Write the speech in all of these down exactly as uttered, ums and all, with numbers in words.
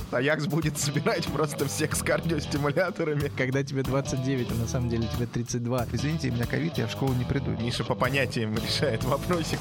подкаст, Аякс будет собирать просто всех с кардиостимуляторами. Когда тебе двадцать девять, а на самом деле тебе тридцать два. Извините, у меня ковид, я в школу не приду. Миша по понятиям решает вопросик.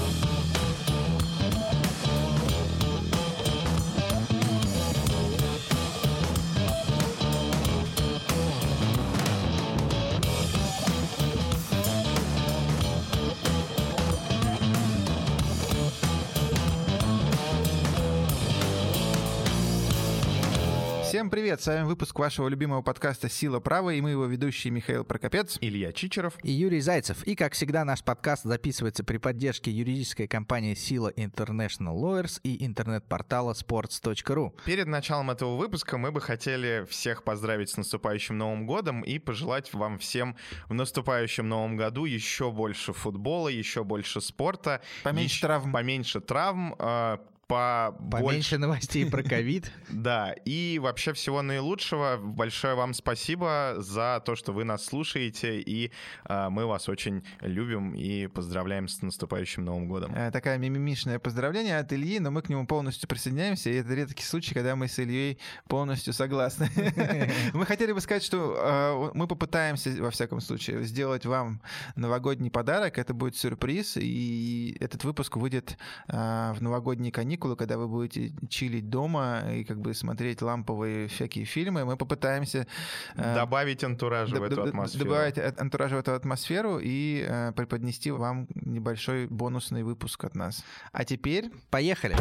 Всем привет, с вами выпуск вашего любимого подкаста «Сила права», и мы его ведущие Михаил Прокопец, Илья Чичеров и Юрий Зайцев. И, как всегда, наш подкаст записывается при поддержке юридической компании «Сила International Lawyers» и интернет-портала sports точка ру. Перед началом этого выпуска мы бы хотели всех поздравить с наступающим Новым годом и пожелать вам всем в наступающем Новом году еще больше футбола, еще больше спорта. Поменьше еще, травм. Поменьше травм, э, по Поменьше больше... новостей про ковид. Да, и вообще всего наилучшего. Большое вам спасибо за то, что вы нас слушаете, и э, мы вас очень любим и поздравляем с наступающим Новым годом. Такая мимимишное поздравление от Ильи, но мы к нему полностью присоединяемся, и это редкий случай, когда мы с Ильей полностью согласны. Мы хотели бы сказать, что мы попытаемся, во всяком случае, сделать вам новогодний подарок. Это будет сюрприз, и этот выпуск выйдет в новогодние каникулы, когда вы будете чилить дома и как бы смотреть ламповые всякие фильмы. Мы попытаемся добавить антуража в эту атмосферу. Добавить антуража в эту атмосферу и э, преподнести вам небольшой бонусный выпуск от нас. А теперь... Поехали!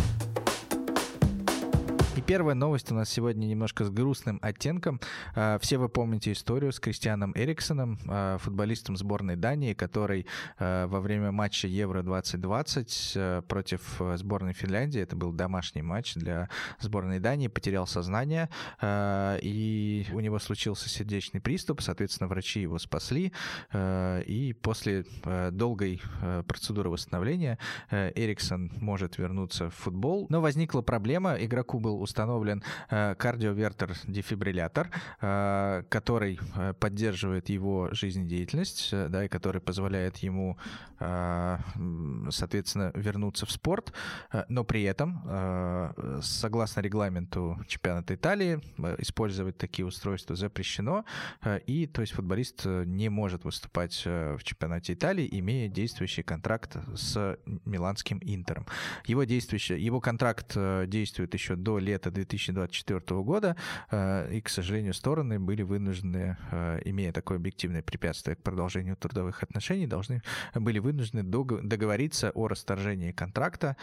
И первая новость у нас сегодня немножко с грустным оттенком. Все вы помните историю с Кристианом Эриксеном, футболистом сборной Дании, который во время матча Евро двадцать двадцать против сборной Финляндии, это был домашний матч для сборной Дании, потерял сознание, и у него случился сердечный приступ, соответственно, врачи его спасли, и после долгой процедуры восстановления Эриксен может вернуться в футбол. Но возникла проблема, игроку был установлен э, кардиовертер-дефибриллятор, э, который э, поддерживает его жизнедеятельность, э, да, и который позволяет ему, э, соответственно, вернуться в спорт, э, но при этом, э, согласно регламенту чемпионата Италии, э, использовать такие устройства запрещено, э, и, то есть, футболист не может выступать э, в чемпионате Италии, имея действующий контракт с миланским Интером. Его, действующий, его контракт э, действует еще до лета две тысячи двадцать четвёртого года, и, к сожалению, стороны были вынуждены, имея такое объективное препятствие к продолжению трудовых отношений, должны были вынуждены договориться о расторжении контракта.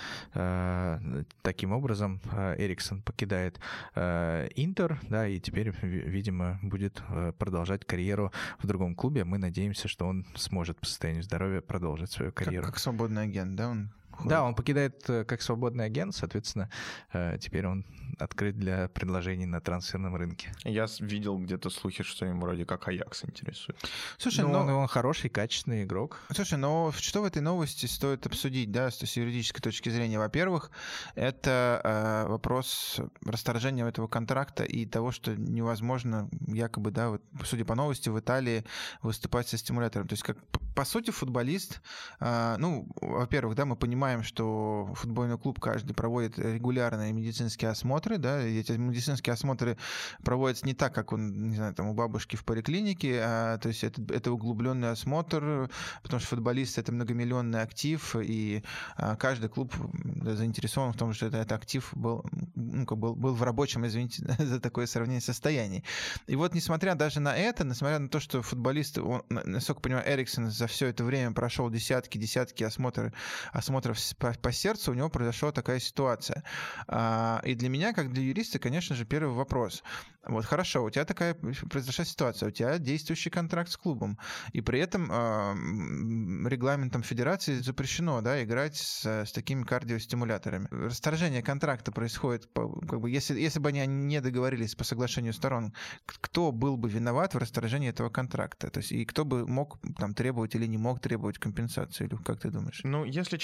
Таким образом, Эриксен покидает Интер, да, и теперь, видимо, будет продолжать карьеру в другом клубе. Мы надеемся, что он сможет по состоянию здоровья продолжить свою карьеру. Как, как свободный агент, да? Он... Да, он покидает как свободный агент, соответственно, теперь он открыт для предложений на трансферном рынке. Я видел где-то слухи, что им вроде как Аякс интересует. Слушай, ну, но... он хороший, качественный игрок. Слушай, но что в этой новости стоит обсудить, да, с юридической точки зрения? Во-первых, это э, вопрос расторжения этого контракта и того, что невозможно якобы, да, вот, судя по новости, в Италии выступать со стимулятором. То есть, как по сути, футболист, э, ну, во-первых, да, мы понимаем, что футбольный клуб каждый проводит регулярные медицинские осмотры, да, и эти медицинские осмотры проводятся не так, как он, не знаю, там у бабушки в поликлинике, а, то есть это, это углубленный осмотр, потому что футболист — это многомиллионный актив, и а, каждый клуб заинтересован в том, что этот актив был, ну, был, был в рабочем, извините за такое сравнение, состоянии. И вот несмотря даже на это, несмотря на то, что футболист, он, насколько я понимаю, Эриксен за все это время прошел десятки-десятки осмотров, осмотров по, по сердцу, у него произошла такая ситуация. А, и для меня, как для юриста, конечно же, первый вопрос. Вот хорошо, у тебя такая произошла ситуация, у тебя действующий контракт с клубом, и при этом а, регламентом федерации запрещено, да, играть с, с такими кардиостимуляторами. Расторжение контракта происходит, по, как бы, если, если бы они не договорились по соглашению сторон, кто был бы виноват в расторжении этого контракта? То есть, и кто бы мог там требовать или не мог требовать компенсации, или как ты думаешь? Ну, если честно, я думаю,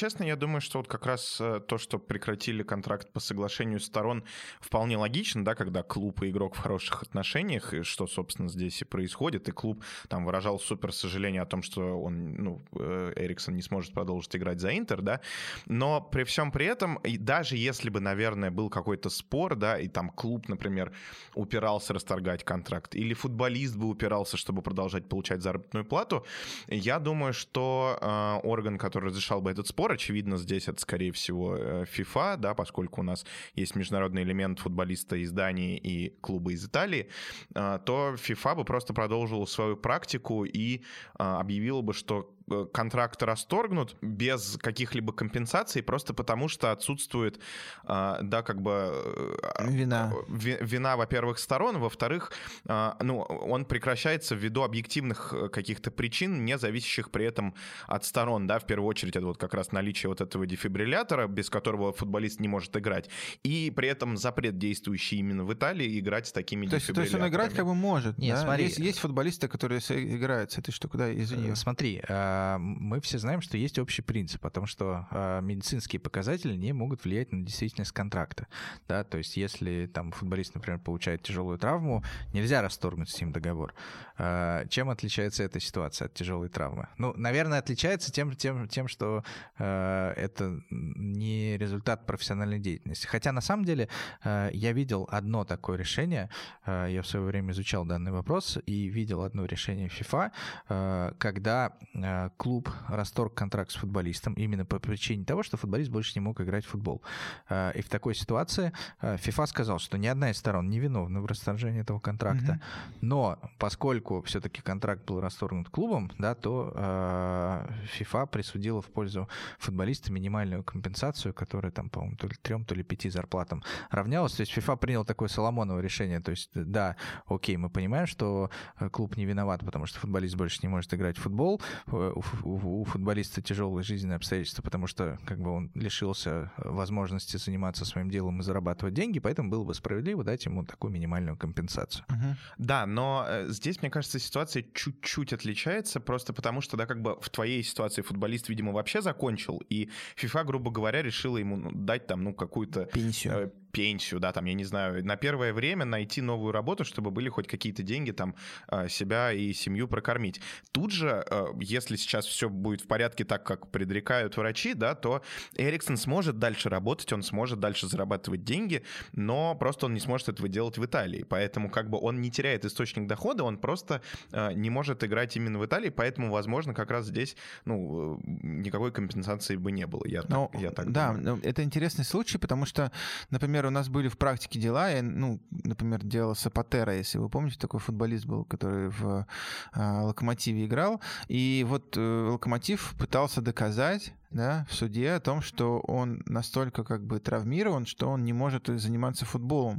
думаю, что вот как раз то, что прекратили контракт по соглашению сторон, вполне логично, да, когда клуб и игрок в хороших отношениях, и что, собственно, здесь и происходит, и клуб там выражал супер сожаление о том, что он, ну, Эриксон не сможет продолжить играть за Интер, да, но при всем при этом, и даже если бы, наверное, был какой-то спор, да, и там клуб, например, упирался расторгать контракт, или футболист бы упирался, чтобы продолжать получать заработную плату, я думаю, что э, орган, который разрешал бы этот спор, очевидно, здесь это, скорее всего, FIFA, да, поскольку у нас есть международный элемент футболиста из Дании и клуба из Италии, э, то FIFA бы просто продолжила свою практику и э, объявила бы, что контракт расторгнут без каких-либо компенсаций, просто потому что отсутствует, да, как бы... Вина. Вина, во-первых, сторон, во-вторых, ну, он прекращается ввиду объективных каких-то причин, не зависящих при этом от сторон, да, в первую очередь это вот как раз наличие вот этого дефибриллятора, без которого футболист не может играть, и при этом запрет, действующий именно в Италии, играть с такими то дефибрилляторами. Есть, то есть он играть как бы может, Нет, да? Смотри. Есть, есть футболисты, которые играют с этой штукой, да, извини. Смотри, мы все знаем, что есть общий принцип о том, что э, медицинские показатели не могут влиять на действительность контракта. Да? То есть если там футболист, например, получает тяжелую травму, нельзя расторгнуть с ним договор. Э, чем отличается эта ситуация от тяжелой травмы? Ну, наверное, отличается тем, тем, тем что э, это не результат профессиональной деятельности. Хотя на самом деле э, я видел одно такое решение, э, я в свое время изучал данный вопрос и видел одно решение FIFA, э, когда э, клуб расторг контракт с футболистом именно по причине того, что футболист больше не мог играть в футбол. И в такой ситуации FIFA сказал, что ни одна из сторон не виновна в расторжении этого контракта, mm-hmm. но поскольку все-таки контракт был расторгнут клубом, да, то FIFA присудила в пользу футболиста минимальную компенсацию, которая там, по-моему, то ли трем, то ли пяти зарплатам равнялась. То есть FIFA принял такое Соломоново решение. То есть, да, окей, мы понимаем, что клуб не виноват, потому что футболист больше не может играть в футбол, у футболиста тяжелые жизненные обстоятельства, потому что как бы он лишился возможности заниматься своим делом и зарабатывать деньги, поэтому было бы справедливо дать ему такую минимальную компенсацию. Uh-huh. Да, но здесь, мне кажется, ситуация чуть-чуть отличается, просто потому что, да, как бы в твоей ситуации футболист, видимо, вообще закончил, и FIFA, грубо говоря, решила ему дать там, ну, какую-то... Пенсию. Э, пенсию, да, там, я не знаю, на первое время найти новую работу, чтобы были хоть какие-то деньги там себя и семью прокормить. Тут же, если сейчас все будет в порядке так, как предрекают врачи, да, то Эриксон сможет дальше работать, он сможет дальше зарабатывать деньги, но просто он не сможет этого делать в Италии. Поэтому как бы он не теряет источник дохода, он просто не может играть именно в Италии, поэтому, возможно, как раз здесь, ну, никакой компенсации бы не было. Я но, так, я так да, думаю. Это интересный случай, потому что, например, у нас были в практике дела, я, ну, например, делал Сапатера, если вы помните, такой футболист был, который в а, Локомотиве играл, и вот э, Локомотив пытался доказать, да, в суде о том, что он настолько как бы травмирован, что он не может заниматься футболом.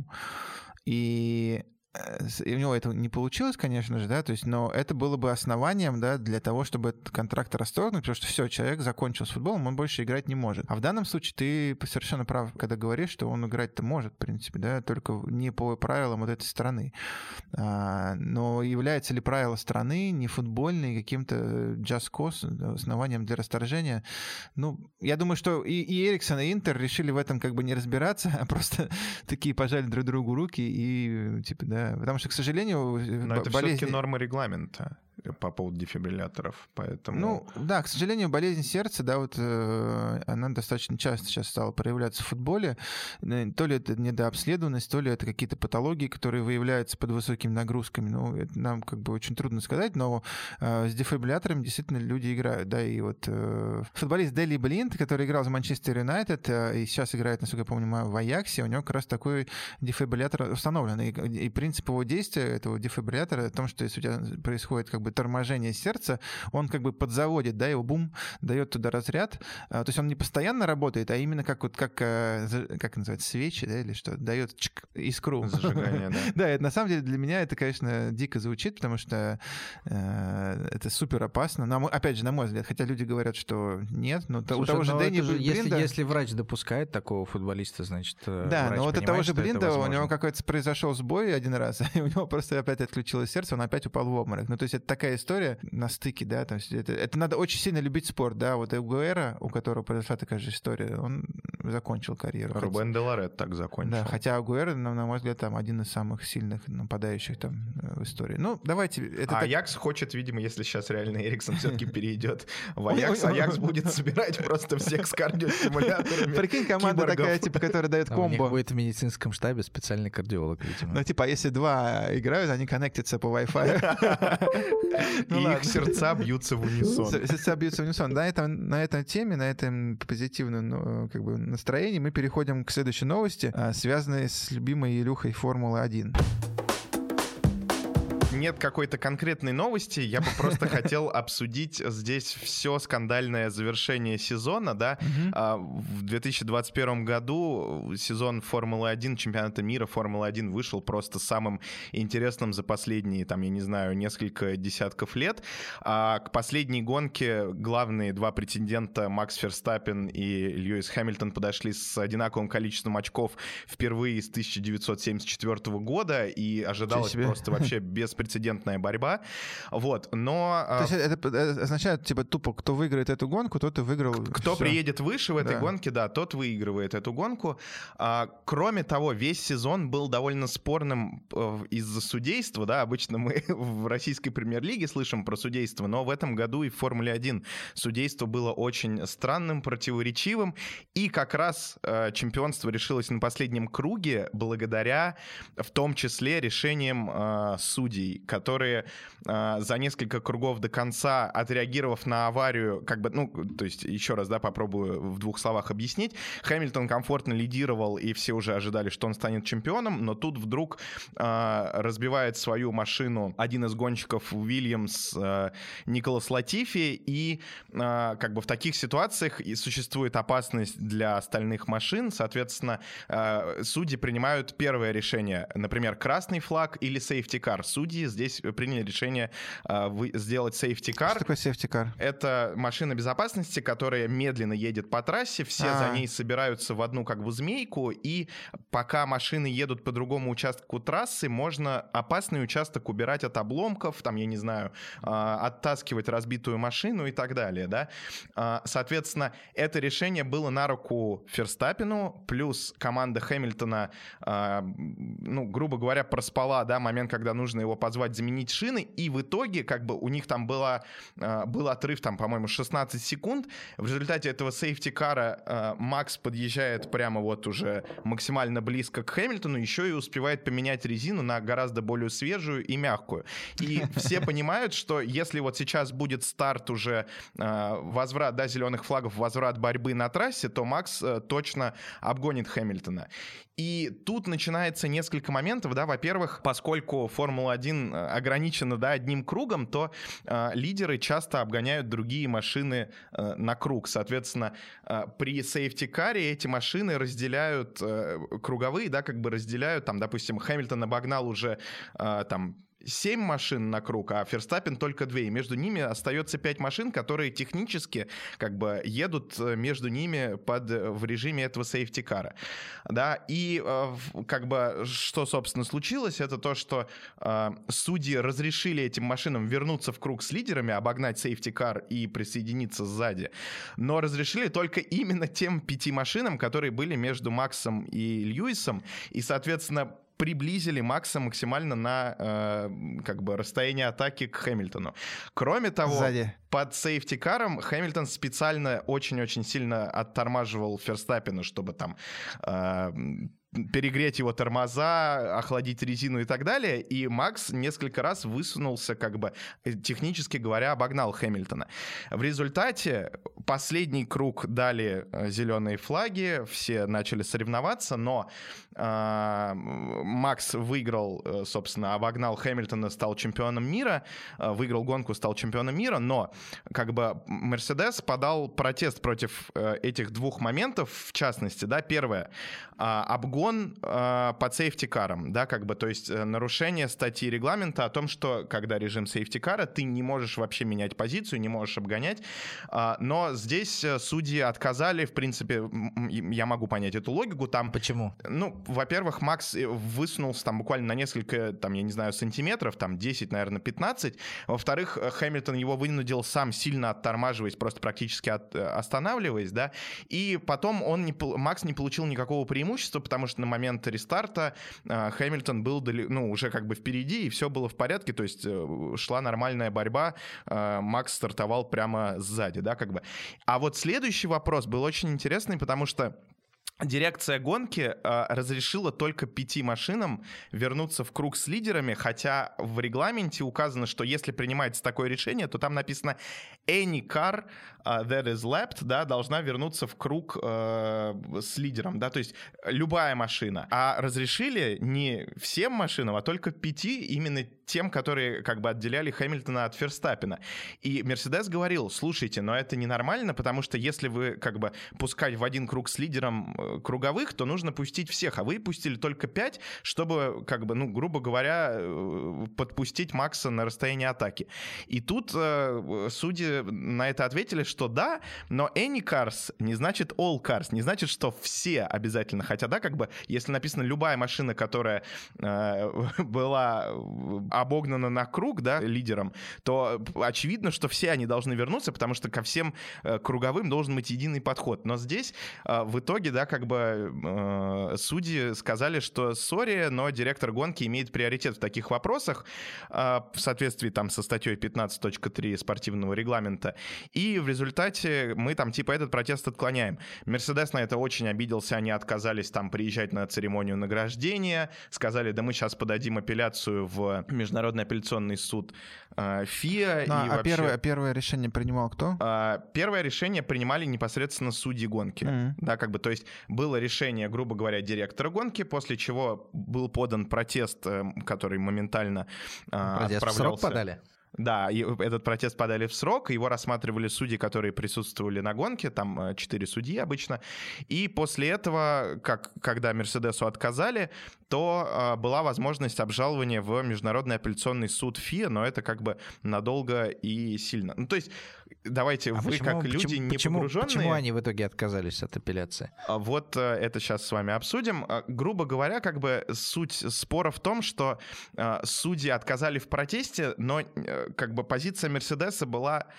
И И у него это не получилось, конечно же, да, то есть, но это было бы основанием, да, для того, чтобы этот контракт расторгнуть, потому что все, человек закончил с футболом, он больше играть не может. А в данном случае ты совершенно прав, когда говоришь, что он играть-то может, в принципе, да, только не по правилам вот этой страны. А, но является ли правило страны не футбольной каким-то just cause, основанием для расторжения? Ну, я думаю, что и, и Эриксон, и Интер решили в этом как бы не разбираться, а просто такие пожали друг другу руки и, типа, да, потому что, к сожалению, но это болезнь... все-таки нормы регламента по поводу дефибрилляторов, поэтому... Ну, да, к сожалению, болезнь сердца, да, вот э, она достаточно часто сейчас стала проявляться в футболе. То ли это недообследованность, то ли это какие-то патологии, которые выявляются под высокими нагрузками. Ну, это нам как бы очень трудно сказать, но э, с дефибрилляторами действительно люди играют, да, и вот э, футболист Дели Блинд, который играл за Манчестер Юнайтед э, и сейчас играет, насколько я помню, в Аяксе, у него как раз такой дефибриллятор установлен. И, и принцип его действия, этого дефибриллятора, о том, что если у тебя происходит как бы торможение сердца, он как бы подзаводит, да, его бум, дает туда разряд. То есть он не постоянно работает, а именно как вот как, как называется, свечи, да, или что, дает чик, искру. Зажигание, да. Да, это, на самом деле для меня это, конечно, дико звучит, потому что э, это супер опасно. Но, опять же, на мой взгляд, хотя люди говорят, что нет, но Слушай, у того же Дэни Блинда... Если, если врач допускает такого футболиста, значит, да, но вот от того же Блинда у него какой-то произошел сбой один раз, и у него просто опять отключилось сердце, он опять упал в обморок. Ну, то есть это такая история на стыке, да, то есть это, это надо очень сильно любить спорт, да, вот Агуэро, у которого произошла такая же история, он закончил карьеру. Рубен де Лорет так закончил. Да, хотя Агуэро, на, на мой взгляд, там один из самых сильных нападающих там в истории. Ну, давайте... Это а так... Аякс хочет, видимо, если сейчас реально Эриксон все-таки перейдет в Аякс, Аякс будет собирать просто всех с кардиостимуляторами. Прикинь, команда такая, типа, которая дает комбо. У них будет в медицинском штабе специальный кардиолог, видимо. Ну, типа, если два играют, они коннектятся по Wi-Fi. И их сердца бьются в унисон. Сердца бьются в унисон. На этом, на этой теме, на этом позитивном, ну, как бы, настроении мы переходим к следующей новости, связанной с любимой Илюхой Формулы один. Нет какой-то конкретной новости, я бы просто хотел обсудить здесь все скандальное завершение сезона, да. Uh-huh. В две тысячи двадцать первом году сезон Формулы один, чемпионата мира Формулы один вышел просто самым интересным за последние, там, я не знаю, несколько десятков лет. А к последней гонке главные два претендента Макс Ферстаппен и Льюис Хэмилтон подошли с одинаковым количеством очков впервые с тысяча девятьсот семьдесят четвёртого года, и ожидалось просто вообще беспрецедентная борьба, вот, но... То есть это, это означает, типа, тупо, кто выиграет эту гонку, тот и выиграл. Кто все. Приедет выше в этой да. гонке, да, тот выигрывает эту гонку. А, кроме того, весь сезон был довольно спорным из-за судейства, да, обычно мы в российской премьер-лиге слышим про судейство, но в этом году и в Формуле один судейство было очень странным, противоречивым, и как раз а, чемпионство решилось на последнем круге благодаря, в том числе, решениям а, судей, которые э, за несколько кругов до конца, отреагировав на аварию, как бы, ну, то есть, еще раз, да, попробую в двух словах объяснить. Хэмилтон комфортно лидировал, и все уже ожидали, что он станет чемпионом, но тут вдруг э, разбивает свою машину один из гонщиков Уильямс, э, Николас Латифи, и э, как бы в таких ситуациях и существует опасность для остальных машин, соответственно, э, судьи принимают первое решение, например, красный флаг или сейфти-кар. Судьи здесь приняли решение э, вы, сделать сейфти-кар. Что такое сейфти-кар? Это машина безопасности, которая медленно едет по трассе, все А-а-а. за ней собираются в одну как бы змейку, и пока машины едут по другому участку трассы, можно опасный участок убирать от обломков, там, я не знаю, э, оттаскивать разбитую машину и так далее, да. Э, соответственно, это решение было на руку Ферстаппену, плюс команда Хэмилтона, э, ну, грубо говоря, проспала, да, момент, когда нужно его позвать заменить шины, и в итоге как бы у них там была, э, был отрыв, там, по-моему, шестнадцать секунд. В результате этого сейфти-кара э, Макс подъезжает прямо вот уже максимально близко к Хэмилтону, еще и успевает поменять резину на гораздо более свежую и мягкую. И все понимают, что если вот сейчас будет старт уже, э, возврат, да, зеленых флагов, возврат борьбы на трассе, то Макс э, точно обгонит Хэмилтона. И тут начинается несколько моментов, да, во-первых, поскольку Формула один ограничена, да, одним кругом, то э, лидеры часто обгоняют другие машины э, на круг. Соответственно, э, при сейфти-каре эти машины разделяют э, круговые, да, как бы разделяют, там, допустим, Хэмилтон обогнал уже э, там семь машин на круг, а Ферстаппен только две. И между ними остается пять машин, которые технически как бы едут между ними под, в режиме этого сейфти-кара. Да, и как бы что, собственно, случилось, это то, что э, судьи разрешили этим машинам вернуться в круг с лидерами, обогнать сейфти-кар и присоединиться сзади, но разрешили только именно тем пяти машинам, которые были между Максом и Льюисом, и, соответственно, приблизили Макса максимально на э, как бы расстояние атаки к Хэмилтону. Кроме того, Сзади. под сейфти-каром Хэмилтон специально очень-очень сильно оттормаживал Ферстаппена, чтобы там э, перегреть его тормоза, охладить резину и так далее, и Макс несколько раз высунулся, как бы, технически говоря, обогнал Хэмилтона. В результате последний круг дали зеленые флаги, все начали соревноваться, но э, Макс выиграл, собственно, обогнал Хэмилтона, стал чемпионом мира, э, выиграл гонку, стал чемпионом мира, но, как бы, Мерседес подал протест против э, этих двух моментов, в частности, да, первое, э, обгон э, под сейфти-каром, да, как бы, то есть э, нарушение статьи регламента о том, что, когда режим сейфти-кара, ты не можешь вообще менять позицию, не можешь обгонять, э, но здесь судьи отказали, в принципе, я могу понять эту логику, там... Почему? Ну, во-первых, Макс выс... высунулся там буквально на несколько, там, я не знаю, сантиметров, там десять, наверное, пятнадцать. Во-вторых, Хэмилтон его вынудил сам, сильно оттормаживаясь, просто практически от, останавливаясь, да, и потом он не, Макс не получил никакого преимущества, потому что на момент рестарта э, Хэмилтон был, ну, уже как бы впереди, и все было в порядке, то есть э, шла нормальная борьба, э, Макс стартовал прямо сзади, да, как бы. А вот следующий вопрос был очень интересный, потому что дирекция гонки э, разрешила только пяти машинам вернуться в круг с лидерами, хотя в регламенте указано, что если принимается такое решение, то там написано any car uh, that is lapped, да, должна вернуться в круг э, с лидером, да, то есть любая машина. А разрешили не всем машинам, а только пяти, именно тем, которые как бы отделяли Хэмилтона от Ферстаппена. И Мерседес говорил, слушайте, но это ненормально, потому что если вы как бы пускать в один круг с лидером круговых, то нужно пустить всех, а вы пустили только пять, чтобы, как бы, ну, грубо говоря, подпустить Макса на расстояние атаки. И тут э, судьи на это ответили, что да, но any cars не значит all cars, не значит, что все обязательно. Хотя, да, как бы, если написано любая машина, которая э, была обогнана на круг, да, лидером, то очевидно, что все они должны вернуться, потому что ко всем э, круговым должен быть единый подход. Но здесь э, в итоге, да, как бы э, судьи сказали, что сори, но директор гонки имеет приоритет в таких вопросах э, в соответствии там со статьей пятнадцать точка три спортивного регламента. И в результате мы там типа этот протест отклоняем. Мерседес на это очень обиделся, они отказались там приезжать на церемонию награждения, сказали, да мы сейчас подадим апелляцию в Международный апелляционный суд э, ФИА. Ну, и а вообще, первое, первое решение принимал кто? Э, первое решение принимали непосредственно судьи гонки. Mm-hmm. Да, как бы, то есть было решение, грубо говоря, директора гонки, после чего был подан протест, э, который моментально э, протест отправлялся. В срок подали? Да, и этот протест подали в срок, его рассматривали судьи, которые присутствовали на гонке, там четыре судьи обычно, и после этого, как, когда Мерседесу отказали, то э, была возможность обжалования в Международный апелляционный суд ФИА, но это как бы надолго и сильно. Ну, то есть, давайте, а вы почему, как люди почему, не почему, погруженные... Почему они в итоге отказались от апелляции? Вот э, это сейчас с вами обсудим. Э, грубо говоря, как бы суть спора в том, что э, судьи отказали в протесте, но... Э, как бы позиция Мерседеса была,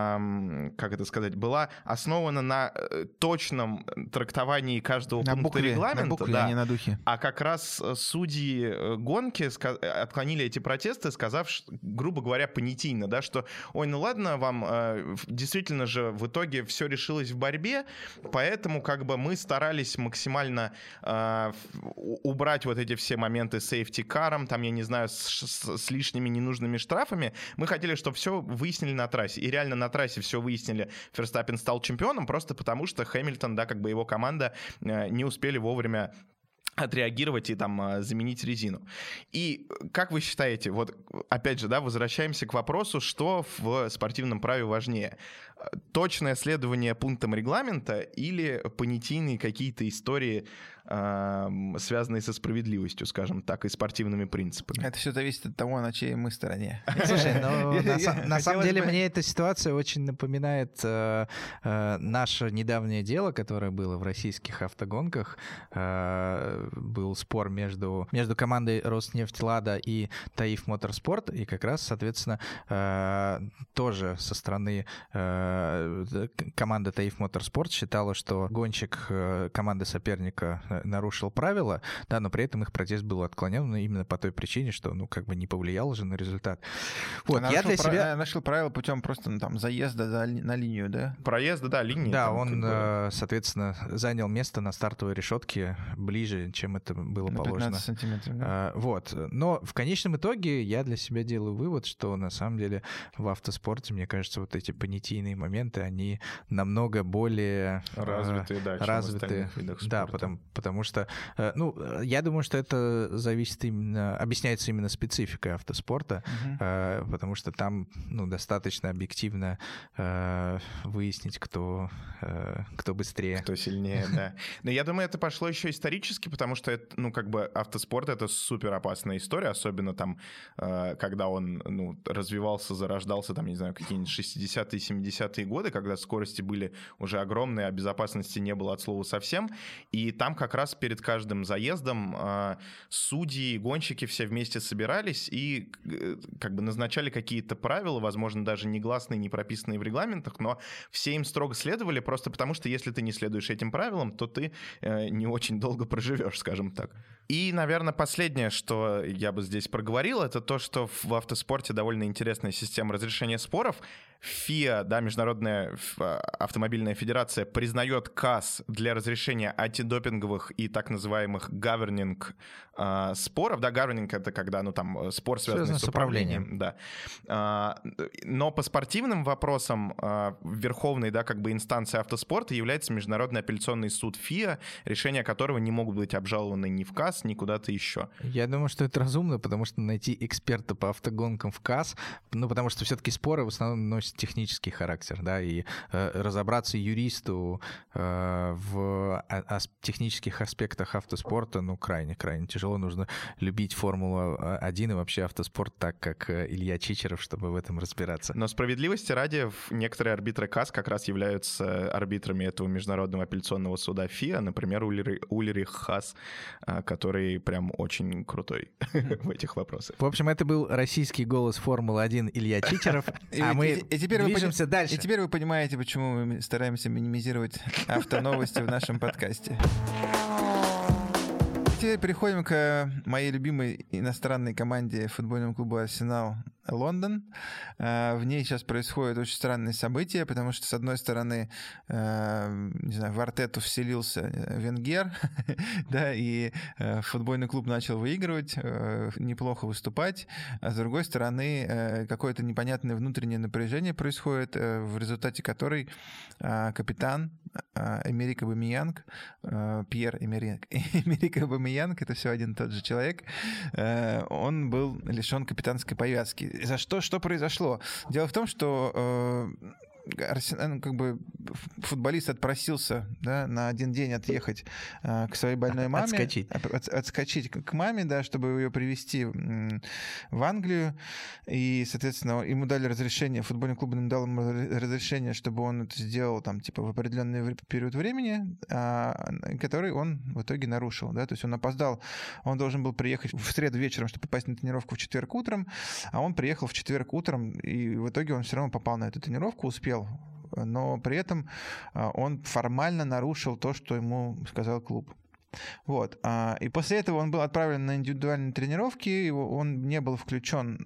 эм, как это сказать, была основана на точном трактовании каждого на пункта букве, регламента. На букве, да. а не на духе. А как раз судьи гонки отклонили эти протесты, сказав, грубо говоря, понятийно, да, что, ой, ну ладно, вам э, действительно же в итоге все решилось в борьбе, поэтому как бы мы старались максимально э, убрать вот эти все моменты с сейфти-каром, там, я не знаю, с, с, с лишними ненужными штрафами. Мы хотели, чтобы все выяснили на трассе. И реально на трассе все выяснили. Ферстаппен стал чемпионом просто потому, что Хэмилтон, да, как бы его команда э, не успели вовремя отреагировать и там заменить резину. И как вы считаете, вот опять же, да, возвращаемся к вопросу, что в спортивном праве важнее? Точное следование пунктам регламента или понятийные какие-то истории, э, связанные со справедливостью, скажем так, и спортивными принципами? Это все зависит от того, на чьей мы стороне. Слушай, ну, на, на самом деле мне эта ситуация очень напоминает э, э, наше недавнее дело, которое было в российских автогонках. Э, был спор между, между командой Роснефть-Лада и Таиф Моторспорт, и как раз, соответственно, э, тоже со стороны э, команда Таиф Моторспорт считала, что гонщик э, команды соперника нарушил правила, да, но при этом их протест был отклонен именно по той причине, что, ну, как бы не повлиял же на результат. Вот, я для себя... Про... Нашел правила путем просто, ну, там, заезда за... на линию, да? Проезда, да, линии. Да, там, он, как бы... соответственно, занял место на стартовой решетке ближе, чем это было на положено. пятнадцать сантиметров, да? А, вот. Но в конечном итоге я для себя делаю вывод, что на самом деле в автоспорте, мне кажется, вот эти понятийные моменты, они намного более развитые, да, чем развитые. в остальных видах спорта. Да, потому, потому что, ну, я думаю, что это зависит именно, объясняется именно спецификой автоспорта, uh-huh. потому что там, ну, достаточно объективно выяснить, кто, кто быстрее. Кто сильнее, да. Но я думаю, это пошло еще исторически, потому что, это, ну, как бы автоспорт — это супер опасная история, особенно там, когда он, ну, развивался, зарождался, там, не знаю, какие-нибудь шестидесятые, семидесятые годы, когда скорости были уже огромные, а безопасности не было от слова совсем. И там как раз перед каждым заездом э, судьи, гонщики все вместе собирались и э, как бы назначали какие-то правила, возможно, даже негласные, не прописанные в регламентах, но все им строго следовали, просто потому что если ты не следуешь этим правилам, то ты э, не очень долго проживешь, скажем так. И, наверное, последнее, что я бы здесь проговорил, это то, что в автоспорте довольно интересная система разрешения споров. ФИА, да, Международная автомобильная федерация, признает КАС для разрешения антидопинговых и так называемых governing э, споров. Да, governing — это когда, ну, там, спор, связанный Связано с управлением. управлением. Да. А, но по спортивным вопросам а, верховной, да, как бы инстанцией автоспорта является Международный апелляционный суд ФИА, решения которого не могут быть обжалованы ни в КАС, ни куда-то еще. Я думаю, что это разумно, потому что найти эксперта по автогонкам в КАС, ну, потому что все-таки споры в основном носят технический характер, да, и э, разобраться юристу э, в а, технических аспектах автоспорта, ну, крайне-крайне тяжело. Нужно любить Формулу-один и вообще автоспорт так, как Илья Чичеров, чтобы в этом разбираться. Но справедливости ради, некоторые арбитры КАС как раз являются арбитрами этого Международного апелляционного суда ФИА, например, Ульри, Ульрих Хаас, который прям очень крутой в этих вопросах. В общем, это был российский голос Формулы-один Илья Чичеров, а мы движемся дальше. И теперь вы понимаете, почему мы стараемся минимизировать автоновости в нашем подкасте. Теперь переходим к моей любимой иностранной команде, футбольному клубу «Арсенал» Лондон. В ней сейчас происходят очень странные события, потому что, с одной стороны, не знаю, в Артету вселился Венгер, да, и футбольный клуб начал выигрывать, неплохо выступать, а с другой стороны, какое-то непонятное внутреннее напряжение происходит, в результате которой капитан Эмерик Абамеянг, Пьер Эмерик, Эмерик Абамеянг, это все один и тот же человек, он был лишен капитанской повязки. За что? Что произошло? Дело в том, что э, Арсен, как бы футболист отпросился, да, на один день отъехать э, к своей больной маме. Отскочить. От, отскочить к маме, да, чтобы ее привезти в Англию. И, соответственно, ему дали разрешение, футбольный клуб дал ему разрешение, чтобы он это сделал там, типа, в определенный период времени, а, который он в итоге нарушил. Да? То есть он опоздал, он должен был приехать в среду вечером, чтобы попасть на тренировку в четверг утром, а он приехал в четверг утром, и в итоге он все равно попал на эту тренировку, успел. Но при этом он формально нарушил то, что ему сказал клуб. Вот. И после этого он был отправлен на индивидуальные тренировки, он не был включен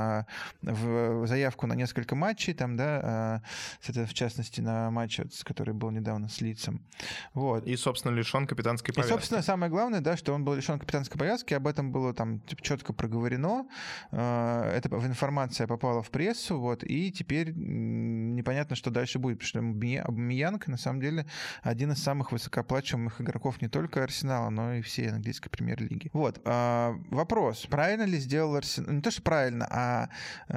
в заявку на несколько матчей, там, да, в частности, на матч, который был недавно с Лидсом. Вот. И, собственно, лишен капитанской повязки. И, собственно, самое главное, да, что он был лишен капитанской повязки, об этом было там четко проговорено, эта информация попала в прессу, вот, и теперь непонятно, что дальше будет, потому что Абамеянг, на самом деле, один из самых высокооплачиваемых игроков не только Арсенала, но и всей английской премьер-лиги. Вот. А, вопрос. Правильно ли сделал Арсенал? Не то, что правильно, а,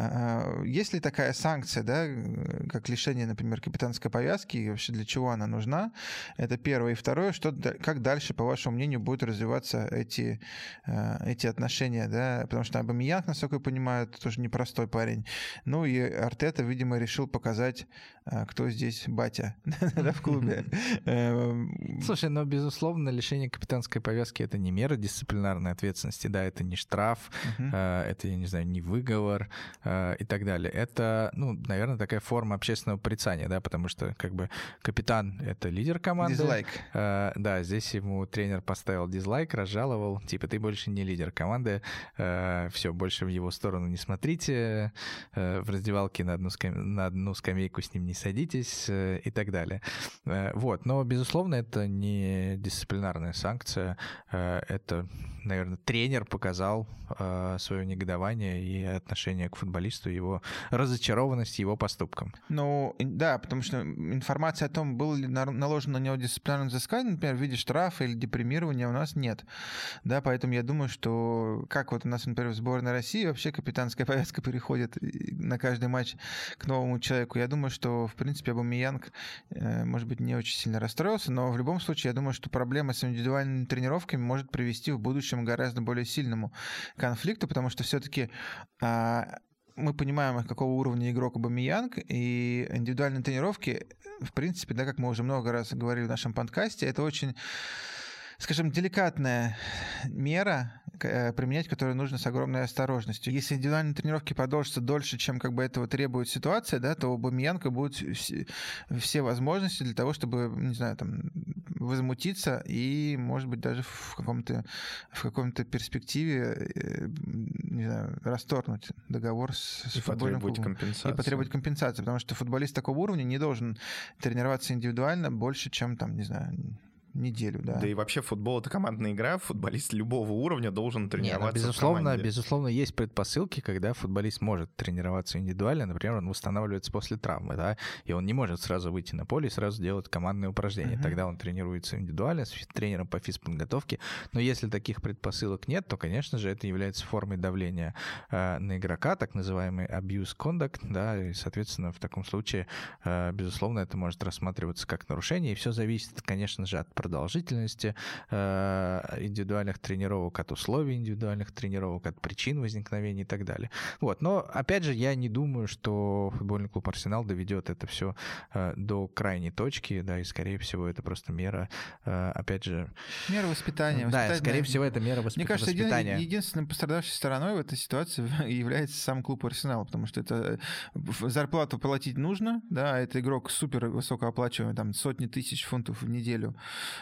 а есть ли такая санкция, да, как лишение, например, капитанской повязки, и вообще для чего она нужна? Это первое. И второе, что, как дальше, по вашему мнению, будут развиваться эти, эти отношения, да? Потому что Абамеянг, насколько я понимаю, это тоже непростой парень. Ну и Артета, видимо, решил показать, кто здесь батя в клубе. Слушай, ну, безусловно, лишение капитанской повязки — это не мера дисциплинарной ответственности, да, это не штраф, uh-huh. э, это, я не знаю, не выговор э, и так далее. Это, ну, наверное, такая форма общественного порицания, да, потому что, как бы, капитан — это лидер команды. Дизлайк. Э, да, здесь ему тренер поставил дизлайк, разжаловал, типа, ты больше не лидер команды, э, все, больше в его сторону не смотрите, э, в раздевалке на одну, скам... на одну скамейку с ним не садитесь э, и так далее. Э, вот, но, безусловно, это не дисциплинарная санкция, это, наверное, тренер показал свое негодование и отношение к футболисту, его разочарованность его поступком. Ну, да, потому что информация о том, было ли наложено на него дисциплинарное взыскание, например, в виде штрафа или депримирования, у нас нет. Да, поэтому я думаю, что как вот у нас, например, в сборной России вообще капитанская повязка переходит на каждый матч к новому человеку. Я думаю, что, в принципе, Абамеянг, может быть, не очень сильно расстроился, но в любом случае, я думаю, что проблема с индивидуальными тренировками может привести в будущем к гораздо более сильному конфликту, потому что все-таки а, мы понимаем, какого уровня игрок Абамеянг, и индивидуальные тренировки, в принципе, да, как мы уже много раз говорили в нашем подкасте, это очень скажем, деликатная мера, применять, которую нужно с огромной осторожностью. Если индивидуальные тренировки продолжатся дольше, чем как бы этого требует ситуация, да, то у Аубамеянга будут все, все возможности для того, чтобы, не знаю, там, возмутиться и, может быть, даже в каком-то в каком-то перспективе, не знаю, расторгнуть договор с, с и футбольным потребовать клубом. компенсацию. И потребовать компенсации, потому что футболист такого уровня не должен тренироваться индивидуально больше, чем, там, не знаю, неделю, да. Да и вообще футбол — это командная игра, футболист любого уровня должен тренироваться. Не, ну, безусловно, в команде. безусловно, есть предпосылки, когда футболист может тренироваться индивидуально, например, он восстанавливается после травмы, да, и он не может сразу выйти на поле и сразу делать командные упражнения. Uh-huh. Тогда он тренируется индивидуально с тренером по физподготовке. Но если таких предпосылок нет, то, конечно же, это является формой давления э, на игрока, так называемый abuse conduct, да, и, соответственно, в таком случае, э, безусловно, это может рассматриваться как нарушение, и все зависит, конечно же, от продолжительности э, индивидуальных тренировок, от условий индивидуальных тренировок, от причин возникновения и так далее. Вот. Но, опять же, я не думаю, что футбольный клуб «Арсенал» доведет это все э, до крайней точки, да, и, скорее всего, это просто мера, э, опять же... Мера воспитания. Да, скорее всего, это мера воспитания. Мне кажется, воспитания. Един, единственной пострадавшей стороной в этой ситуации является сам клуб «Арсенал», потому что это зарплату платить нужно, да, это игрок супер высокооплачиваемый, там, сотни тысяч фунтов в неделю.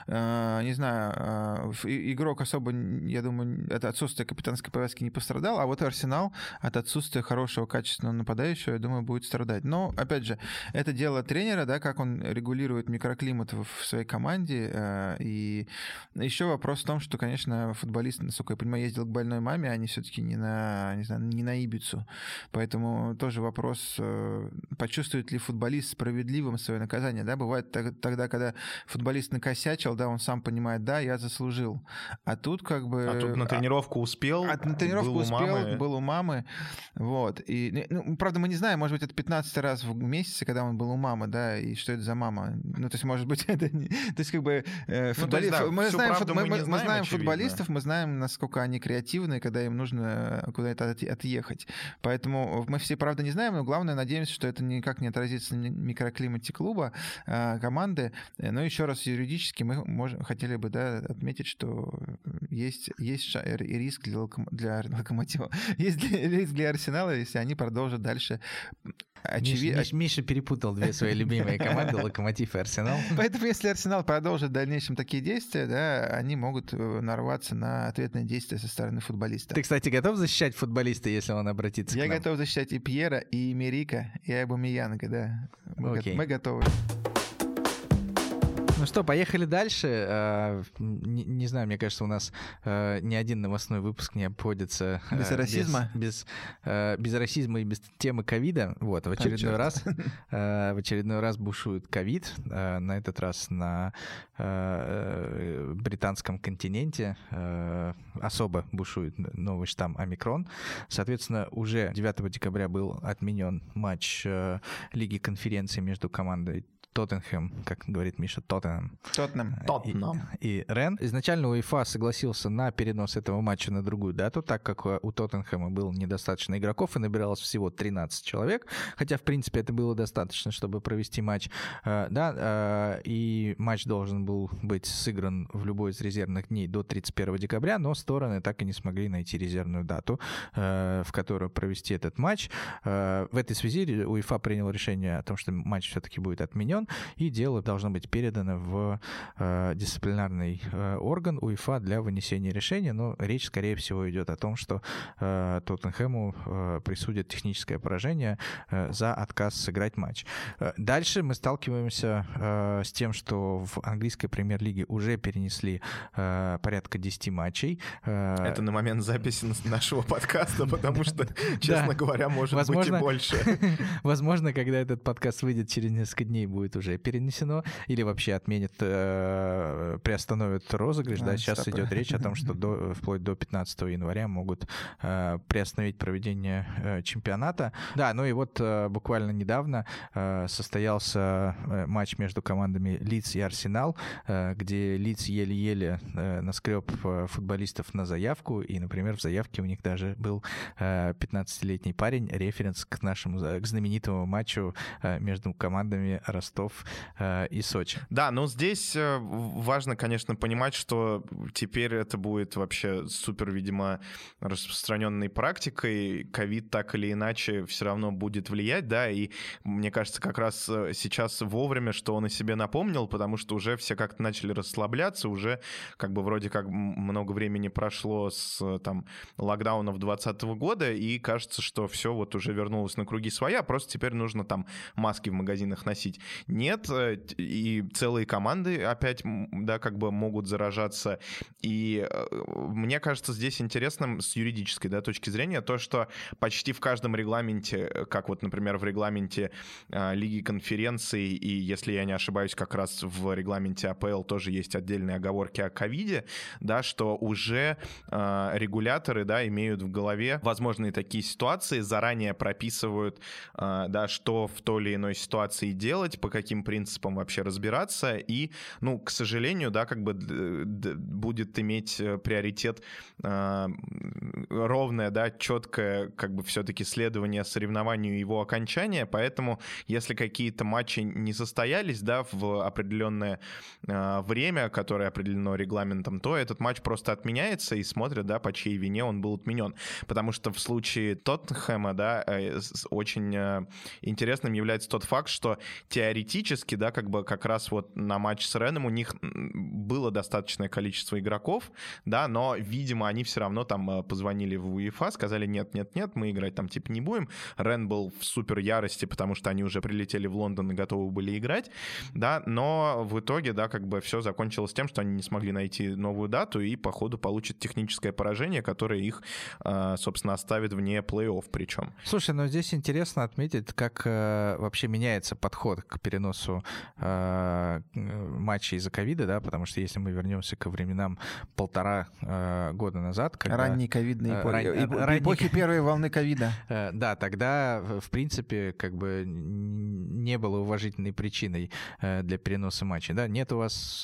Не знаю, игрок особо, я думаю, от отсутствия капитанской повязки не пострадал, а вот Арсенал от отсутствия хорошего, качественного нападающего, я думаю, будет страдать. Но, опять же, это дело тренера, да, как он регулирует микроклимат в своей команде. И еще вопрос в том, что, конечно, футболист, насколько я понимаю, ездил к больной маме, они все-таки не на, не знаю, не на Ибицу. Поэтому тоже вопрос, почувствует ли футболист справедливым свое наказание. Да? Бывает тогда, когда футболист накосячил, да, он сам понимает, да, я заслужил. А тут как бы... А тут на тренировку успел, а, на тренировку был успел, у мамы. был у мамы. Вот. И, ну, правда, мы не знаем, может быть, это пятнадцатый раз в месяце, когда он был у мамы, да, и что это за мама. Ну, то есть, может быть, это не... То есть, как бы... Э, футболи... ну, есть, да, мы знаем, фут... мы, мы, знаем, мы знаем футболистов, мы знаем, насколько они креативны, когда им нужно куда-то отъехать. Поэтому мы все, правда, не знаем, но главное, надеемся, что это никак не отразится на микроклимате клуба, э, команды. Но еще раз, юридически мы можем, хотели бы, да, отметить, что есть, есть риск для, локом... для Локомотива, есть риск для Арсенала, если они продолжат дальше. Очевид... Миша, Миша перепутал две свои любимые команды, Локомотив и Арсенал. Поэтому если Арсенал продолжит в дальнейшем такие действия, да, они могут нарваться на ответные действия со стороны футболиста. Ты, кстати, готов защищать футболиста, если он обратится Я к нам? Я готов защищать и Пьера, и Мерика, и Аубамеянга, да. Мы, Окей. мы готовы. Ну что, поехали дальше. Не, не знаю, мне кажется, у нас ни один новостной выпуск не обходится без расизма, без, без, без расизма и без темы ковида. Вот, в очередной а раз, в очередной раз бушует ковид. На этот раз на британском континенте особо бушует новый штамм омикрон. Соответственно, уже девятого декабря был отменен матч Лиги конференции между командой Тоттенхэм, как говорит Миша, Тоттенхэм. Тоттенхэм. Тоттенхэм. И, и Рен. Изначально УЕФА согласился на перенос этого матча на другую дату, так как у Тоттенхэма было недостаточно игроков и набиралось всего тринадцать человек, хотя, в принципе, это было достаточно, чтобы провести матч. Да, и матч должен был быть сыгран в любой из резервных дней до тридцать первого декабря, но стороны так и не смогли найти резервную дату, в которую провести этот матч. В этой связи УЕФА принял решение о том, что матч все-таки будет отменен, и дело должно быть передано в э, дисциплинарный э, орган УЕФА для вынесения решения, но речь, скорее всего, идет о том, что э, Тоттенхэму э, присудят техническое поражение э, за отказ сыграть матч. Э, дальше мы сталкиваемся э, с тем, что в английской премьер-лиге уже перенесли э, порядка десяти матчей. Э, Это на момент записи нашего подкаста, потому что, честно говоря, может быть и больше. Возможно, когда этот подкаст выйдет через несколько дней, будет уже перенесено, или вообще отменят, э, приостановят розыгрыш. А, да, сейчас стоп. Идет речь о том, что до, вплоть до пятнадцатого января могут э, приостановить проведение э, чемпионата. Да, ну и вот э, буквально недавно э, состоялся э, матч между командами Лидс и Арсенал, э, где Лидс еле-еле э, наскреб э, футболистов на заявку, и, например, в заявке у них даже был э, пятнадцатилетний парень, референс к нашему, к знаменитому матчу э, между командами Ростов Ростов э, и Сочи. Да, но здесь важно, конечно, понимать, что теперь это будет вообще супер, видимо, распространенной практикой. Ковид так или иначе все равно будет влиять, да, и мне кажется, как раз сейчас вовремя, что он о себе напомнил, потому что уже все как-то начали расслабляться, уже как бы вроде как много времени прошло с там локдаунов двадцатого года, и кажется, что все вот уже вернулось на круги своя, просто теперь нужно там маски в магазинах носить. Нет, и целые команды опять, да, как бы могут заражаться, и мне кажется, здесь интересным с юридической, да, точки зрения то, что почти в каждом регламенте, как вот, например, в регламенте э, Лиги конференций, и, если я не ошибаюсь, как раз в регламенте АПЛ тоже есть отдельные оговорки о ковиде, да, что уже э, регуляторы, да, имеют в голове возможные такие ситуации, заранее прописывают, э, да, что в той или иной ситуации делать, по каким принципам вообще разбираться, и, ну, к сожалению, да, как бы д- д- будет иметь приоритет э, ровное, да, четкое, как бы все-таки следование соревнованию и его окончания, поэтому если какие-то матчи не состоялись, да, в определенное э, время, которое определено регламентом, то этот матч просто отменяется и смотрят, да, по чьей вине он был отменен, потому что в случае Тоттенхэма, да, э, очень э, интересным является тот факт, что теоретически, да, как бы как раз вот на матч с Реном у них было достаточное количество игроков, да, но, видимо, они все равно там позвонили в УЕФА, сказали, нет-нет-нет, мы играть там типа не будем. Рен был в супер ярости, потому что они уже прилетели в Лондон и готовы были играть, да, но в итоге, да, как бы все закончилось тем, что они не смогли найти новую дату и, по ходу, получат техническое поражение, которое их, собственно, оставит вне плей-офф причем. Слушай, ну здесь интересно отметить, как э, вообще меняется подход к переносу э, матчей из-за ковида, да, потому что если мы вернемся ко временам полтора э, года назад, когда... Ранние ковидные эпохи, ран... ранние... эпохи первой волны ковида. Э, да, тогда, в принципе, как бы не было уважительной причиной э, для переноса матчей, да, нет у вас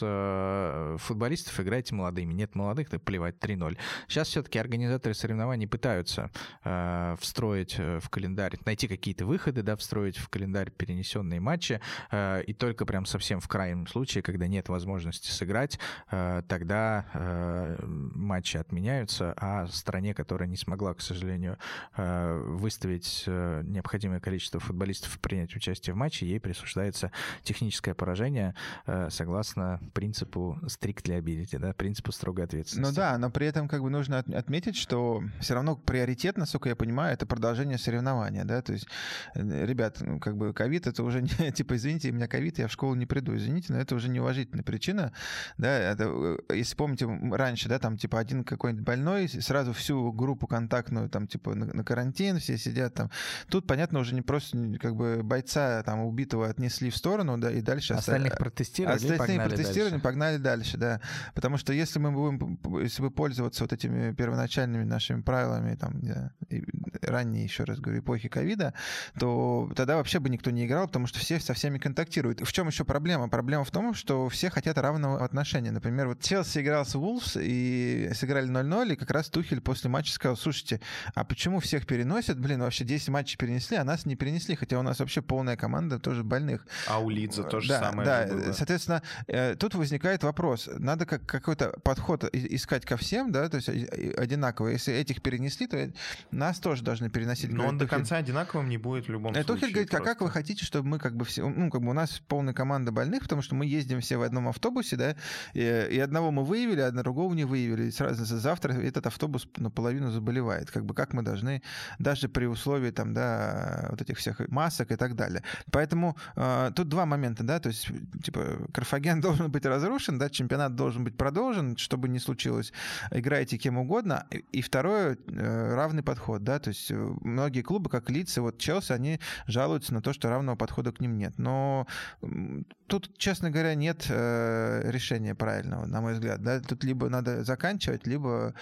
э, футболистов, играйте молодыми, нет молодых, так плевать, три ноль. Сейчас все-таки организаторы соревнований пытаются э, встроить в календарь, найти какие-то выходы, да, встроить в календарь перенесенные матчи, э, и только прям совсем в крайнем случае, когда нет возможности сыграть, э, тогда э, матчи отменяются, а стране, которая не смогла, к сожалению, э, выставить э, необходимое количество футболистов принять участие в матче, ей присуждается техническое поражение э, согласно принципу strict liability, да, принципу строгой ответственности. Ну да, но при этом как бы нужно отметить, что все равно приоритет, насколько я понимаю, это продолжение соревнования, да, то есть, ребят, ну, как бы ковид, это уже не, типа, извините, у меня ковид, я в школу не приду, извините, но это уже неуважительная причина, да, это, если помните, раньше, да, там, типа, один какой-нибудь больной, сразу всю группу контактную, там, типа, на, на карантин, все сидят там, тут, понятно, уже не просто, как бы, бойца, там, убитого отнесли в сторону, да, и дальше... Остальных протестировали, Остальных погнали протестировали, дальше. погнали дальше, да, потому что если мы будем, если вы пользоваться вот этими первоначальными нашими правилами, там, да, ранние, еще раз говорю, эпохи ковида, то тогда вообще бы никто не играл, потому что все со всеми контактируют. В чем еще проблема? Проблема в том, что все хотят равного отношения. Например, вот Челси играл с Вулфс и сыграли ноль ноль, и как раз Тухель после матча сказал, слушайте, а почему всех переносят? Блин, вообще десять матчей перенесли, а нас не перенесли, хотя у нас вообще полная команда тоже больных. А у Лидза то же да, самое да, же было. Соответственно, тут возникает вопрос. Надо как, какой-то подход искать ко всем, да, то есть одинаково. Если этих перенесли, то нас тоже должны переносить. Но он до конца одинаковым не будет в любом случае. Тухель говорит, а как вы хотите, чтобы мы как бы все, ну, как бы у нас полная команда больных, потому что мы ездим все в одном автобусе, да, и, и одного мы выявили, а другого не выявили. И сразу завтра этот автобус наполовину заболевает. Как бы как мы должны, даже при условии там, да, вот этих всех масок и так далее. Поэтому э, тут два момента, да, то есть, типа, Карфаген должен быть разрушен, да, чемпионат должен быть продолжен, чтобы не случилось, играйте кем угодно. И второе, э, равный подход, да, то есть многие клубы, как Лидс и вот Челси, они жалуются на то, что равного подхода к ним нет. Но тут, честно говоря, нет э, решения правильного, на мой взгляд. Да? Тут либо надо заканчивать, либо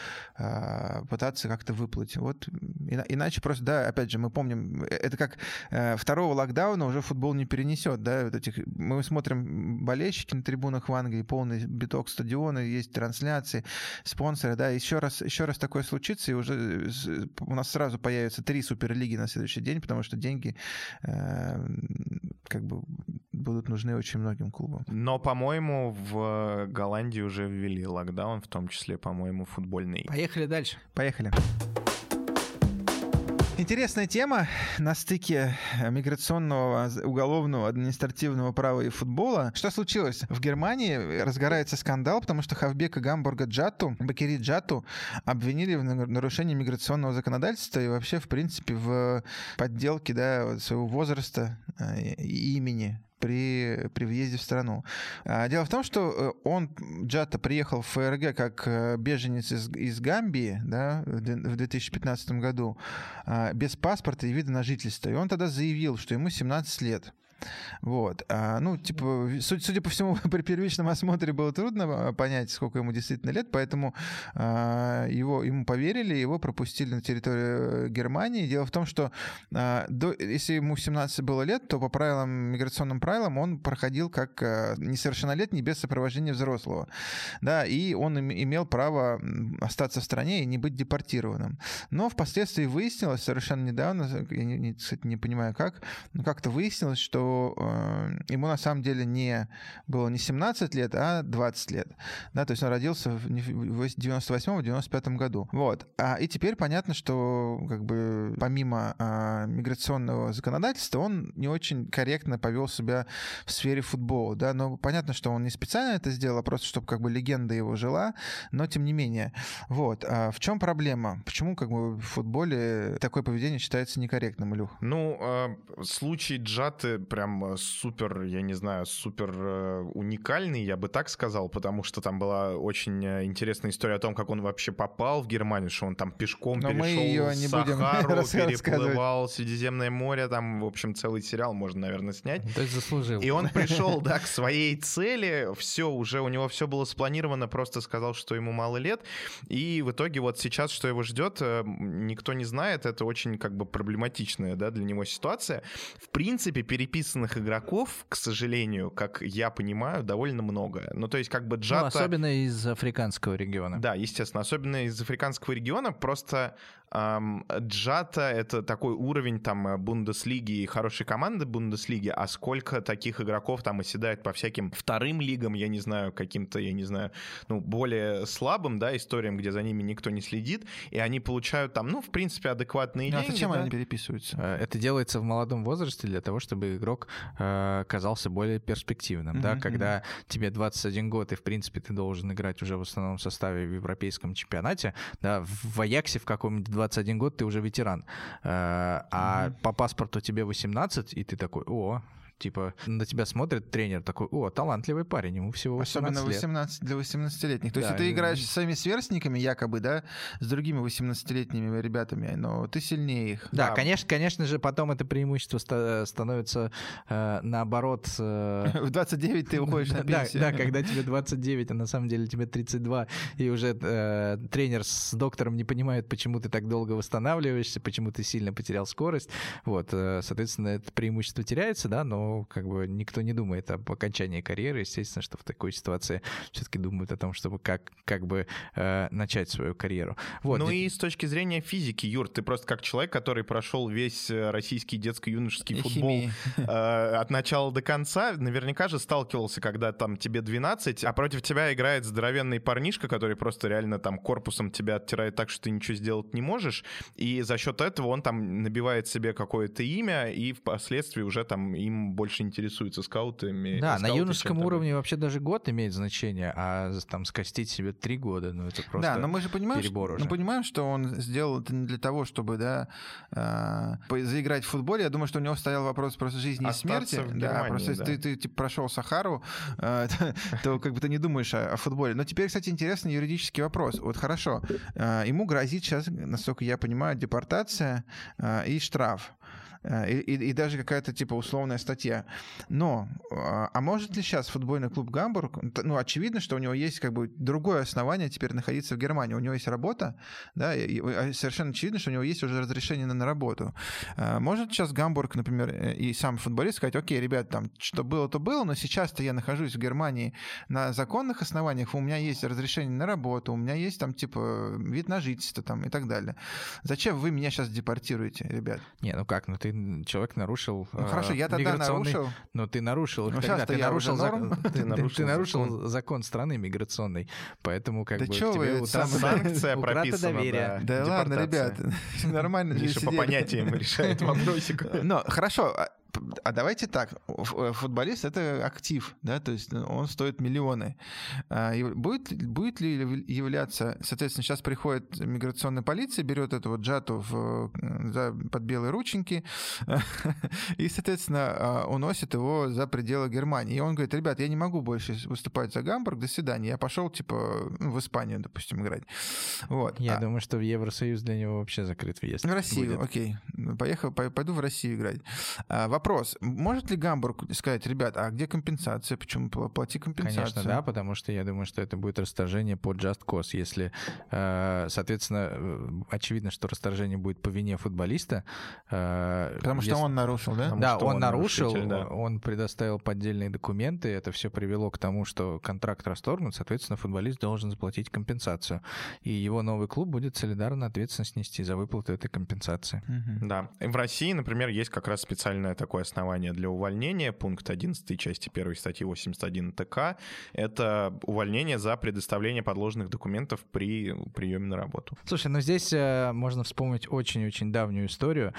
э, пытаться как-то выплыть. Вот, и, иначе просто, да, опять же, мы помним, это как э, второго локдауна уже футбол не перенесет. Да? Вот этих, мы смотрим болельщики на трибунах в Англии, полный биток стадиона, есть трансляции, спонсоры. Да? Еще раз, еще раз такое случится, и уже у нас сразу появится три суперлиги на следующий день, потому что деньги э, как бы будут нужны очень многим клубам. Но, по-моему, в Голландии уже ввели локдаун, в том числе, по-моему, футбольный. Поехали дальше. Поехали. Интересная тема на стыке миграционного, уголовного, административного права и футбола. Что случилось? В Германии разгорается скандал, потому что Хавбека Гамбурга Джатту, Бакири Джатту обвинили в нарушении миграционного законодательства и вообще, в принципе, в подделке, да, своего возраста и имени при, при въезде в страну. Дело в том, что он, Джатта, приехал в ФРГ как беженец из, из Гамбии, да, в две тысячи пятнадцатом году без паспорта и вида на жительство. И он тогда заявил, что ему семнадцать лет. Вот. А, ну, типа, судя, судя по всему, при первичном осмотре было трудно понять, сколько ему действительно лет, поэтому а, его, ему поверили, его пропустили на территорию Германии. Дело в том, что а, до, если ему семнадцать было лет, то по правилам, миграционным правилам он проходил как а, несовершеннолетний без сопровождения взрослого. Да, и он им, имел право остаться в стране и не быть депортированным. Но впоследствии выяснилось, совершенно недавно, я, не, кстати, не понимаю как, но как-то выяснилось, что ему на самом деле не было не семнадцать лет, а двадцать лет. Да, то есть он родился в девяносто восьмом — девяносто пятом году. Вот. А, и теперь понятно, что как бы помимо а, миграционного законодательства он не очень корректно повел себя в сфере футбола. Да? Но понятно, что он не специально это сделал, а просто чтобы как бы легенда его жила, но тем не менее. Вот. А в чем проблема? Почему как бы в футболе такое поведение считается некорректным, Илюх? Ну, э, случай Джатты прям супер, я не знаю, супер уникальный, я бы так сказал, потому что там была очень интересная история о том, как он вообще попал в Германию, что он там пешком Но перешел Сахару, переплывал Средиземное море, там, в общем, целый сериал можно, наверное, снять. То есть заслужил. И он пришел, да, к своей цели, все, уже у него все было спланировано, просто сказал, что ему мало лет, и в итоге вот сейчас, что его ждет, никто не знает, это очень как бы проблематичная, да, для него ситуация. В принципе, переписывать игроков, к сожалению, как я понимаю, довольно много. Ну, то есть, как бы Джатта... Ну, особенно из африканского региона. Да, естественно, особенно из африканского региона. Просто эм, Джатта — это такой уровень там Бундеслиги и хорошей команды Бундеслиги, а сколько таких игроков там оседает по всяким вторым лигам, я не знаю, каким-то, я не знаю, ну, более слабым, да, историям, где за ними никто не следит, и они получают там, ну, в принципе, адекватные а деньги. Зачем да? они переписываются? Это делается в молодом возрасте для того, чтобы игрок э, казался более перспективным, mm-hmm. да, когда тебе двадцать один год, и, в принципе, ты должен играть уже в основном составе в европейском чемпионате, да, в Аяксе в каком-нибудь двадцать один год ты уже ветеран, э, а mm-hmm. по паспорту тебе восемнадцать, и ты такой, о... Типа, на тебя смотрит тренер такой, о, талантливый парень, ему всего восемнадцать Особенно восемнадцать, лет. Для восемнадцатилетних. То да, есть ты и... играешь с своими сверстниками, якобы, да, с другими восемнадцатилетними ребятами, но ты сильнее их. Да, да. Конечно, конечно же, потом это преимущество ста- становится э, наоборот... Э... В двадцать девять ты уходишь на пенсию. Да, когда тебе двадцать девять, а на самом деле тебе тридцать два, и уже э, тренер с доктором не понимает, почему ты так долго восстанавливаешься, почему ты сильно потерял скорость. Вот, э, соответственно, это преимущество теряется, да, но как бы никто не думает об окончании карьеры. Естественно, что в такой ситуации все-таки думают о том, чтобы как, как бы э, начать свою карьеру. Вот. Ну и с точки зрения физики, Юр, ты просто как человек, который прошел весь российский детско-юношеский футбол э, от начала до конца, наверняка же сталкивался, когда там тебе двенадцать, а против тебя играет здоровенный парнишка, который просто реально там корпусом тебя оттирает так, что ты ничего сделать не можешь, и за счет этого он там набивает себе какое-то имя, и впоследствии уже там им больше интересуется. интересуются скаутами. Да, скауты, на юношеском уровне вообще даже год имеет значение, а там скостить себе три года, ну это просто да, но мы же понимаем, перебор что, уже. Мы понимаем, что он сделал это не для того, чтобы, да, э, заиграть в футболе. Я думаю, что у него стоял вопрос просто жизни и смерти. В Германии, да, просто да. если ты, ты типа, прошел Сахару, э, то, то как бы ты не думаешь о, о футболе. Но теперь, кстати, интересный юридический вопрос. Вот хорошо, э, ему грозит сейчас, насколько я понимаю, депортация э, и штраф. и, и, и даже какая-то типа условная статья. Но, а может ли сейчас футбольный клуб Гамбург, ну, очевидно, что у него есть как бы другое основание теперь находиться в Германии. У него есть работа, да, и совершенно очевидно, что у него есть уже разрешение на, на работу. Может сейчас Гамбург, например, и сам футболист сказать: окей, ребят, там, что было, то было, но сейчас-то я нахожусь в Германии на законных основаниях, у меня есть разрешение на работу, у меня есть там, типа, вид на жительство там и так далее. Зачем вы меня сейчас депортируете, ребят? Не, ну как, ну ты, человек нарушил... Ну хорошо, я тогда миграционный... нарушил. Ну ты нарушил... Ну, тогда ты нарушил, закон... ты, ты, нарушил, ты нарушил закон. закон страны миграционной, поэтому как да бы что тебе вы, утрата, санкция прописана, доверия. Да, да ладно, ребят, нормально. Миша по понятиям решает вопросик. Ну, хорошо. А давайте так, футболист — это актив, да, то есть он стоит миллионы. Будет, будет ли являться, соответственно, сейчас приходит миграционная полиция, берет эту вот Джату в, за, под белые рученьки и, соответственно, уносит его за пределы Германии. И он говорит: ребят, я не могу больше выступать за Гамбург, до свидания. Я пошел, типа, в Испанию, допустим, играть. Вот. Я а... думаю, что в Евросоюз для него вообще закрыт въезд. В Россию, будет. Окей. Поехал, пойду в Россию играть. Вопрос. Может ли Гамбург сказать: ребят, а где компенсация? Почему плати компенсацию? Конечно, да, потому что я думаю, что это будет расторжение по Just Cause. Если, соответственно, очевидно, что расторжение будет по вине футболиста. Потому что если... он нарушил, да? Потому да, он, он нарушил, да. он предоставил поддельные документы, это все привело к тому, что контракт расторгнут, соответственно, футболист должен заплатить компенсацию. И его новый клуб будет солидарно ответственность нести за выплату этой компенсации. Угу. Да. В России, например, есть как раз специальное такое основание для увольнения, пункт одиннадцатый части первой статьи восемьдесят один ТК, это увольнение за предоставление подложных документов при приеме на работу. Слушай, ну здесь э, можно вспомнить очень-очень давнюю историю.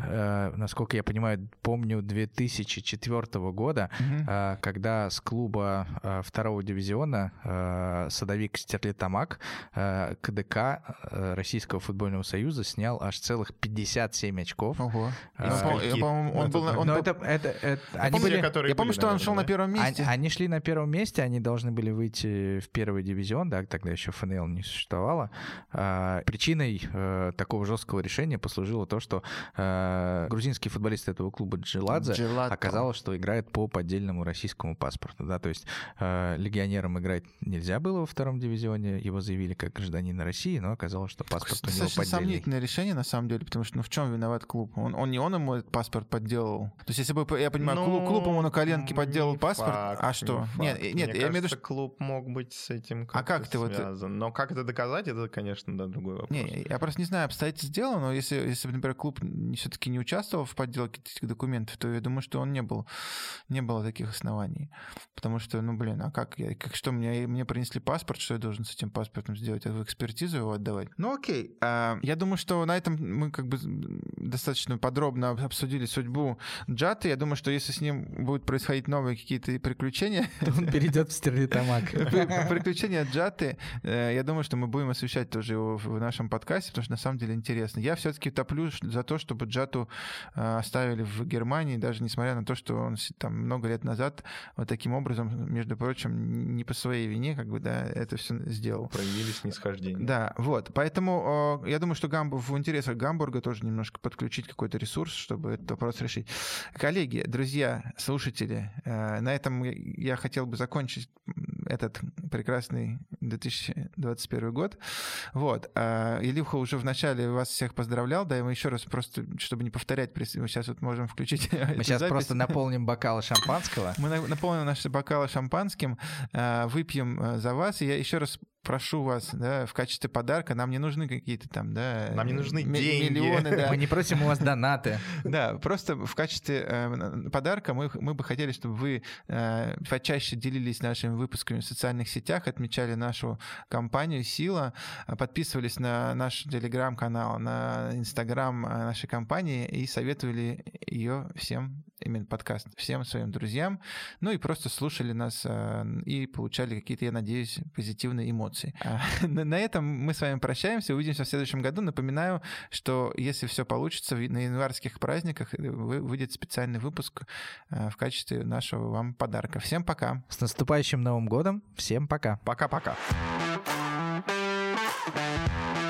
Э, насколько я понимаю, помню две тысячи четвёртого года, угу. э, когда с клуба э, второго дивизиона э, садовик Стерлитамак э, КДК э, Российского футбольного союза снял аж целых пятьдесят семь очков. Ого. Э, я, по-моему, он был... Он это, это, это, я они помню, были, я помню были, что он шел да? на первом месте. Они, они шли на первом месте, они должны были выйти в первый дивизион, да, тогда еще эф эн эл не существовало. А, причиной а, такого жесткого решения послужило то, что а, грузинский футболист этого клуба Джиладзе Джелато. оказалось, что играет по поддельному российскому паспорту. Да, то есть а, легионерам играть нельзя было во втором дивизионе, его заявили как гражданина России, но оказалось, что паспорт у него поддельный. Достаточно сомнительное решение, на самом деле, потому что ну в чем виноват клуб? Он, он не он ему этот паспорт подделал. То есть если бы, я понимаю, Ну, клуб, клуб ему на коленке подделал паспорт, факт, а что? Не Нет, факт. нет, Мне я кажется, имею в виду, что... клуб мог быть с этим как-то А как ты вот... связан. Но как это доказать, это, конечно, да, другой вопрос. Не, я просто не знаю обстоятельств дела, но если, если бы, например, клуб все-таки не участвовал в подделке этих документов, то я думаю, что он не был, не было таких оснований. Потому что, ну, блин, а как я, как что, мне, мне принесли паспорт, что я должен с этим паспортом сделать? В экспертизу его отдавать? Ну, окей. А, я думаю, что на этом мы как бы достаточно подробно обсудили судьбу Джаты. Я думаю, что если с ним будут происходить новые какие-то приключения... То он перейдет в Стерлитамак. Приключения Джаты, я думаю, что мы будем освещать тоже его в нашем подкасте, потому что на самом деле интересно. Я все-таки топлю за то, чтобы Джату оставили в Германии, даже несмотря на то, что он там много лет назад вот таким образом, между прочим, не по своей вине, как бы, да, это все сделал. Проявили снисхождение. Да, вот. Поэтому я думаю, что Гамбург, в интересах Гамбурга тоже немножко подключить какой-то ресурс, чтобы этот вопрос решить. Коллеги, друзья, слушатели, на этом я хотел бы закончить этот прекрасный две тысячи двадцать первый год. Вот. Илюха уже в начале вас всех поздравлял, да, и мы еще раз просто, чтобы не повторять, мы сейчас вот можем включить Мы сейчас запись. Просто наполним бокалы шампанского. Мы наполним наши бокалы шампанским, выпьем за вас, и я еще раз прошу вас, да, в качестве подарка, нам не нужны какие-то там, да... Нам не нужны м- деньги. Миллионы, да. Мы не просим у вас донаты. Да, просто в качестве э, подарка мы, мы бы хотели, чтобы вы э, почаще делились нашими выпусками в социальных сетях, отмечали нашу компанию «Сила», подписывались на наш телеграм-канал, на инстаграм нашей компании и советовали ее всем, именно подкаст, всем своим друзьям, ну и просто слушали нас э, и получали какие-то, я надеюсь, позитивные эмоции. На этом мы с вами прощаемся, увидимся в следующем году. Напоминаю, что если все получится, на январских праздниках выйдет специальный выпуск в качестве нашего вам подарка. Всем пока! С наступающим Новым годом! Всем пока! Пока-пока!